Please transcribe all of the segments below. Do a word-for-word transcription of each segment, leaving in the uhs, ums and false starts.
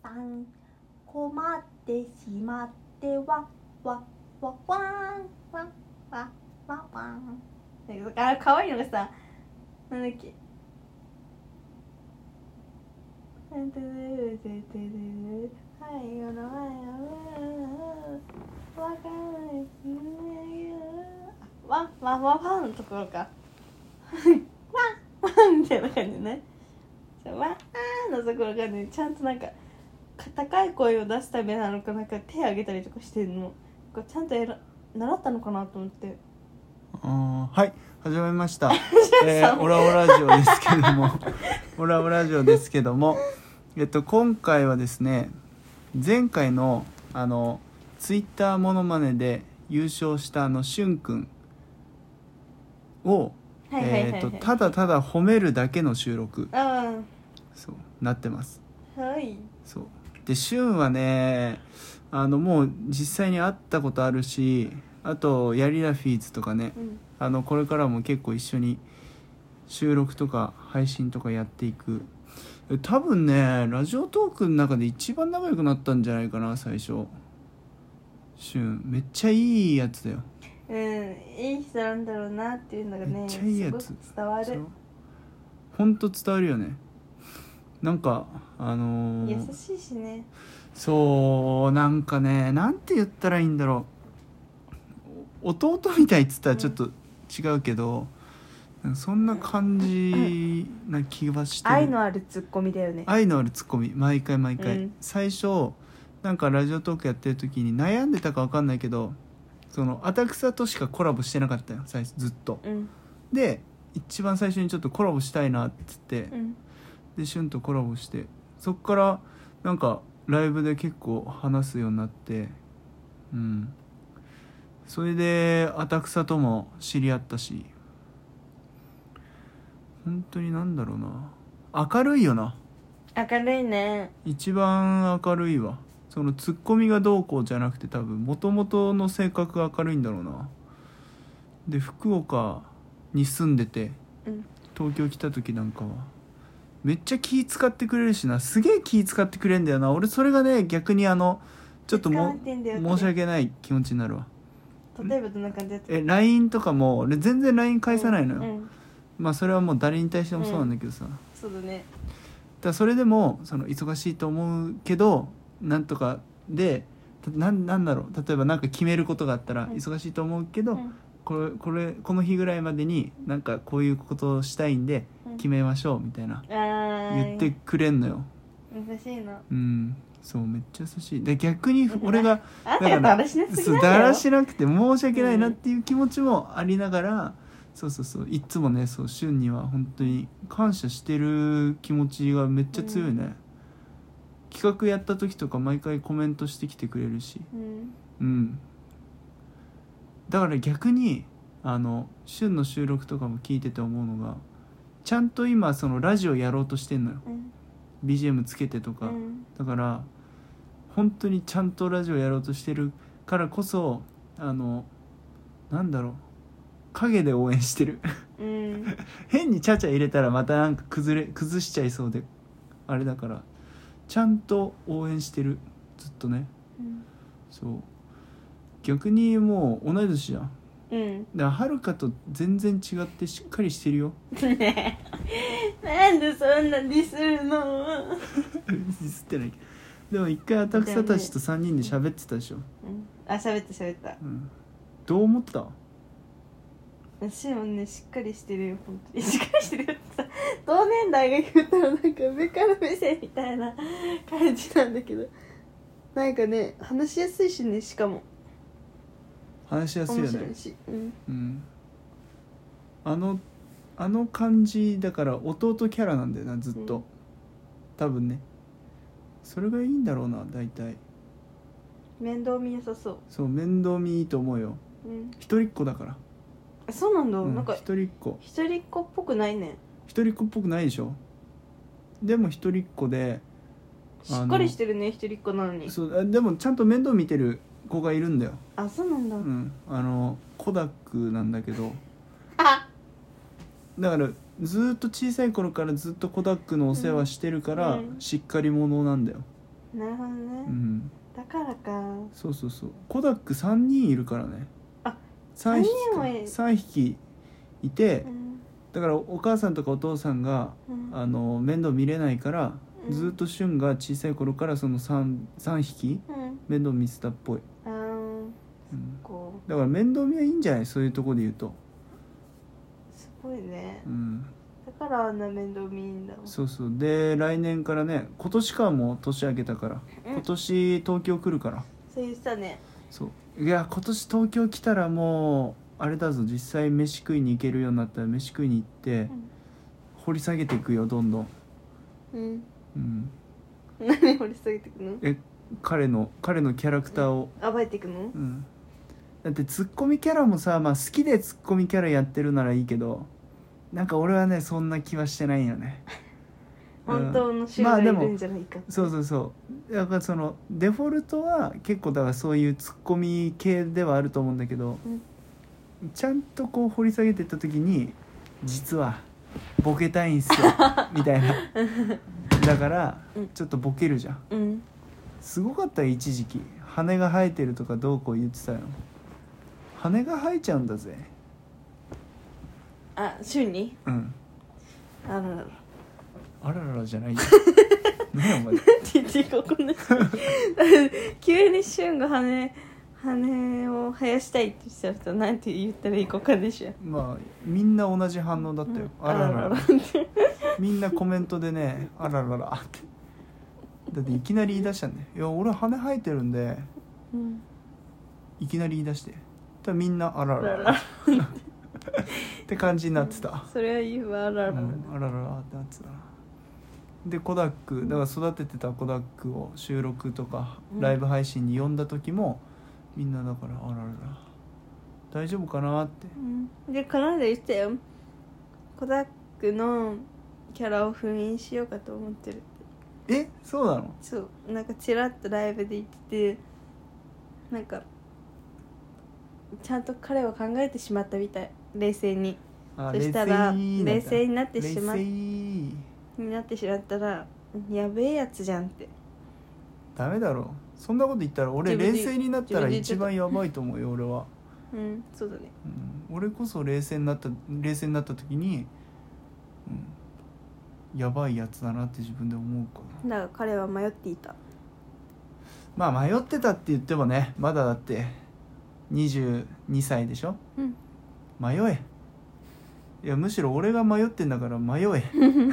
さん困ってしまってわわわわんわわわわん。なんかあかわいいのがさ、なんだっけ、はいよの前わかんないわわわわのところかわわみたいな感じね。わーのところがね、ちゃんとなんか高い声を出すためなのか、なんか手挙げたりとかしてるのちゃんとやら習ったのかなと思って。 あはい、始まりました、えー、オラオラジオですけどもオラオラジオですけどもえっと今回はですね、前回のあのツイッターモノマネで優勝したあのしゅんくんをえっとただただ褒めるだけの収録、 あそうなってます。 はい。 そうで、しゅんはね、あのもう実際に会ったことあるし、あとヤリラフィーズとかね、うん、あのこれからも結構一緒に収録とか配信とかやっていく。多分ね、ラジオトークの中で一番仲良くなったんじゃないかな、最初。しゅんめっちゃいいやつだよ。 うん、いい人なんだろうなっていうのがね、 めっちゃいいやつ、 すごく伝わる。 ほんと伝わるよね。なんかあのー、 優しいしね。 そうなんかね、なんて言ったらいいんだろう、弟みたいっつったらちょっと違うけど、うん、そんな感じな気はしてる。 愛のあるツッコミだよね。 愛のあるツッコミ、毎回毎回、うん、最初なんかラジオトークやってる時に悩んでたか分かんないけど、そのアタクサとしかコラボしてなかったよ最初ずっと、うん、で一番最初にちょっとコラボしたいなっつって、うん、でシュンとコラボして、そっからなんかライブで結構話すようになって、うん、それでアタクサとも知り合ったし、本当になんだろうな、明るいよな。 明るいね。 一番明るいわ。そのツッコミがどうこうじゃなくて、多分元々の性格が明るいんだろうな。で福岡に住んでて、うん、東京来た時なんかはめっちゃ気使ってくれるしな、すげえ気使ってくれるんだよな。俺それがね、逆にあのちょっとも申し訳ない気持ちになるわ。 例えばどんな感じだった？ え ライン とかも俺全然 ライン 返さないのよ、うんうん、まあそれはもう誰に対してもそうなんだけどさ、うん、 そうだね。 だそれでもその忙しいと思うけど、なんとかで な, なんだろう、例えばなんか決めることがあったら、うん、忙しいと思うけど、うん、これこれこの日ぐらいまでになんかこういうことをしたいんで決めましょうみたいな、うん、言ってくれんのよ。 優しいな。 うん、そうめっちゃ優しい。で逆に俺があんたがだらしなすぎなんだよ。 だらしなくて申し訳ないなっていう気持ちもありながら、うん、そうそうそう、いつもね、そうシュンには本当に感謝してる気持ちがめっちゃ強いね、うん、企画やった時とか毎回コメントしてきてくれるし、うん、うん、だから逆にあのシュンの収録とかも聞いてて思うのが、ちゃんと今そのラジオやろうとしてんのよ、うん、ビージーエム つけてとか、うん、だから本当にちゃんとラジオやろうとしてるからこそ、あのなんだろう、影で応援してる、うん、変にチャチャ入れたらまたなんか崩れ崩しちゃいそうであれだから、ちゃんと応援してる、ずっとね、うん、そう逆にもう同い年じゃん、うん、だからはるかと全然違ってしっかりしてるよなんでそんなディスるのディスってないけど、でも一回アタクサたちとさんにんで喋ってたでしょ、うん、 あ、喋った喋った、 うん、どう思った？ 私もね、しっかりしてるよ、本当にしっかりしてるよってさ、同年代が言ったらなんか上から目線みたいな感じなんだけど、なんかね、話しやすいしね、しかも話しやすいよね、 面白いし、うんうん、 あのあの感じだから弟キャラなんだよな、ずっと、うん、多分ね、それがいいんだろうな、大体面倒見良さそう。 そう、面倒見いいと思うよ、うん、一人っ子だから。 そうなんだ、うん、なんか一人っ子一人っ子っぽくないね。 一人っ子っぽくないでしょ。でも一人っ子でしっかりしてるね、一人っ子なのに。 そうでもちゃんと面倒見てる子がいるんだよ。 あ、そうなんだ、うん、 あのコダックなんだけどあだからずっと小さい頃からずっとコダックのお世話してるから、うん、しっかり者なんだよ。 なるほどね、 うん、 だからか。 そうそうそう。コダックさんにんいるからね。 あ、 さんひきさんにんもいるさんひきいて、 うんだからお母さんとかお父さんが、 うん、 あの面倒見れないから、 うん、 ずっとシュンが小さい頃からその 3, 3匹うん面倒見てたっぽい、 あーうん、 こだから面倒見はいいんじゃない、そういうとこで言うと、 うすごいね、 うん、 だからあんな面倒見いいんだもん。 そうそう。で来年からね、今年からもう年明けたから、 うん今年東京来るから、 そう言ってたね。 そういや今年東京来たらもうあれだぞ、実際飯食いに行けるようになったら飯食いに行って、 うん掘り下げていくよどんどん、 うんうん、 何掘り下げていくの？ え彼の彼のキャラクターを、 暴いていくの？ うん、だってツッコミキャラもさ、まあ、好きでツッコミキャラやってるならいいけど、なんか俺はねそんな気はしてないよね本当のシュウがいるんじゃないかって、 そうそうそうだからそのデフォルトは結構だからそういうツッコミ系ではあると思うんだけど、 うんちゃんとこう掘り下げていった時に実はボケたいんすよみたいなだからうんちょっとボケるじゃん。 うんすごかったよ一時期、羽が生えてるとかどうこう言ってたよ。羽が生えちゃうんだぜ。 あ、週にうんあらららあらららじゃないよ何お前って言っていいか分かんない急に旬が羽羽を生やしたいって言っちゃうとなんて言ったらいいか分かんないし、 まあみんな同じ反応だったよ、 うんあらららあららみんなコメントでねあらららってだっていきなり言い出したんで、いや俺羽生えてるんでうんいきなり言い出して、ただみんなあらららあららって感じになってた、 それは言うわあららら、 うん、あらららってなってたな。でコダックだから育ててたコダックを収録とかうんライブ配信に呼んだ時も、みんなだからあららら大丈夫かなって、 うん、でこの間言ってたよ、コダックのキャラを封印しようかと思ってるって。 えそうなの？ そうなんかチラッとライブで言ってて、なんかちゃんと彼は考えてしまったみたい、冷静に。 あそしたら冷静冷静になってしまっ冷静になってしまったらやべえやつじゃんって。 ダメだろ、そんなこと言ったら俺自分で冷静になったら自分で言っちゃった一番やばいと思うよ俺は、 うんそうだね。 うん、俺こそ冷静になった冷静になった時に、うん、やばいやつだなって自分で思うかな。 だから彼は迷っていた。 まあ迷ってたって言ってもね、まだだってにじゅうにさいでしょ。 うん迷え、いやむしろ俺が迷ってんだから迷え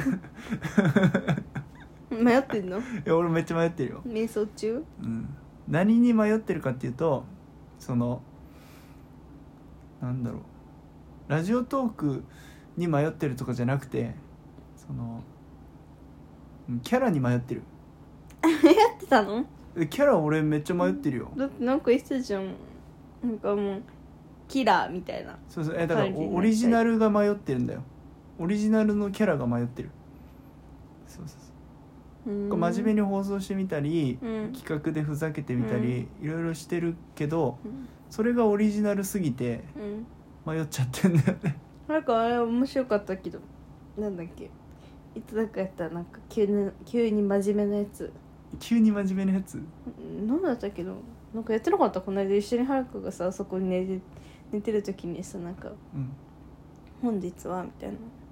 迷ってんの？ いや俺めっちゃ迷ってるよ、 瞑想中？ うん、何に迷ってるかっていうと、そのなんだろう、ラジオトークに迷ってるとかじゃなくて、そのキャラに迷ってる。 やってたの？ キャラ俺めっちゃ迷ってるよ。 だってなんか言ってたじゃん、なんかもうキラーみたいな。 そうそう、えだから感じになっちゃうオリジナルが迷ってるんだよ。オリジナルのキャラが迷ってる。そうそうそう、 うんこう真面目に放送してみたり、 うん企画でふざけてみたり、いろいろしてるけど、 うんそれがオリジナルすぎてうん迷っちゃってんだよね。 なんかあれ面白かったけど、なんだっけ、いつだかやったらなんか急に急に真面目なやつ、 急に真面目なやつ。 何だったけど、なんかやってなかった？この間一緒にはるかがさ、そこに寝て寝てる時にさ、なんかうん本日はみたい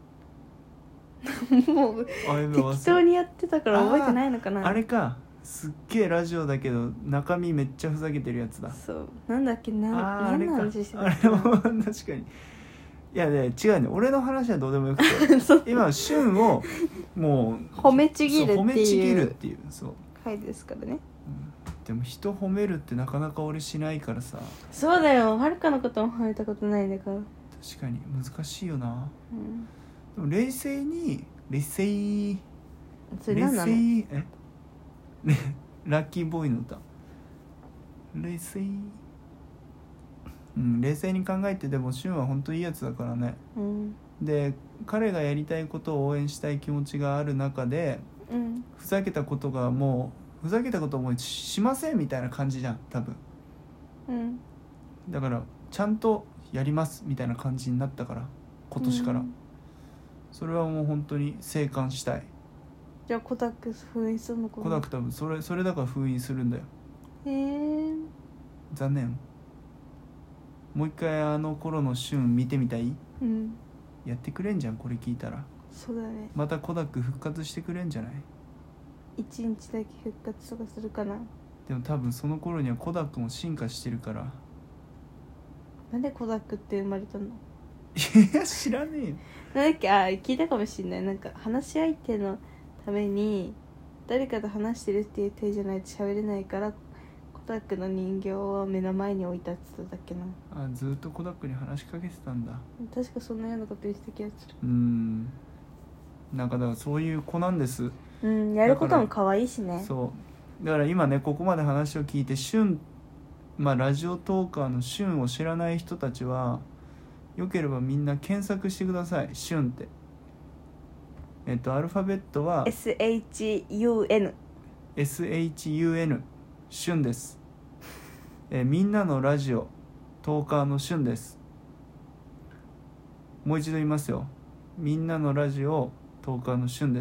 なもうあやべ忘れ適当にやってたから覚えてないのかな。 あれか、すっげえラジオだけど中身めっちゃふざけてるやつだ。 そうなんだっけな、何のあーあれか、 話してたあれも確かに。いやね違うね、俺の話はどうでもよくてそう今旬をもう褒めちぎるっていうそう褒めちぎるっていう、そう、 回ですからね。 うん、でも人褒めるってなかなか俺しないからさ、 そうだよ、はるかのことも褒めたことないんだから。 確かに難しいよな。 うんでも冷静に冷静冷それ何なの？ 静えねラッキーボーイの歌、冷静、うん、冷静に考えて、でも旬は本当いいやつだからね。 うんで彼がやりたいことを応援したい気持ちがある中で、 うんふざけたことがもうふざけたことをもうしませんみたいな感じじゃん多分。 うんだからちゃんとやりますみたいな感じになったから今年から、 うんそれはもう本当に静観したい。 じゃあコダック封印するのかな。 コダック多分それそれだから封印するんだよ。 へえ。 残念。もう一回あの頃の旬見てみたい？ うん。 やってくれんじゃんこれ聞いたら。 そうだね。 またコダック復活してくれんじゃない？ 一日だけ復活とかするかな。 でも多分その頃にはコダックも進化してるから。 なんでコダックって生まれたの？ いや知らねえよ。 なんだっけ、あ、聞いたかもしれない。なんか話し相手のために誰かと話してるっていう手じゃないと喋れないからコダックの人形を目の前に置いたって言っただっけな。 あ、ずっとコダックに話しかけてたんだ。 確かそんなようなこと言ってた気がする。 うーん、なんかだからそういう子なんです。 うん、やることも可愛いしね。 そうだから今ねここまで話を聞いて旬、まあラジオトーカーの旬を知らない人たちはよければみんな検索してください。旬ってえっとアルファベットはエスエイチユーエヌエスエイチユーエヌ 旬です、えーみんなのラジオトーカーの旬です。もう一度言いますよ。みんなのラジオトーカーの旬です。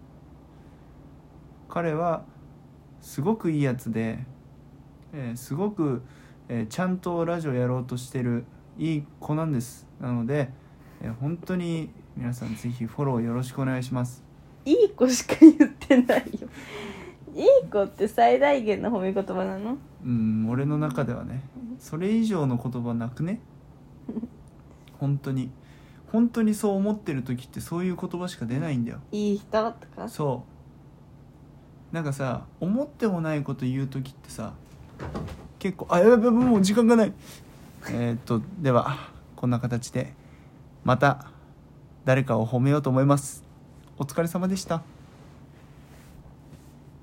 彼はすごくいいやつで、えーすごく、えーちゃんとラジオやろうとしてるいい子なんです。なので、えー本当に皆さんぜひフォローよろしくお願いします。 いい子しか言ってないよ。いい子って最大限の褒め言葉なの？ うん、俺の中ではね、それ以上の言葉なくね。本当に本当にそう思ってる時ってそういう言葉しか出ないんだよ。 いい人とか。 そうなんかさ、思ってもないこと言う時ってさ結構あやばいもう時間がない。えー、っとではこんな形でまた誰かを褒めようと思います。お疲れ様でした。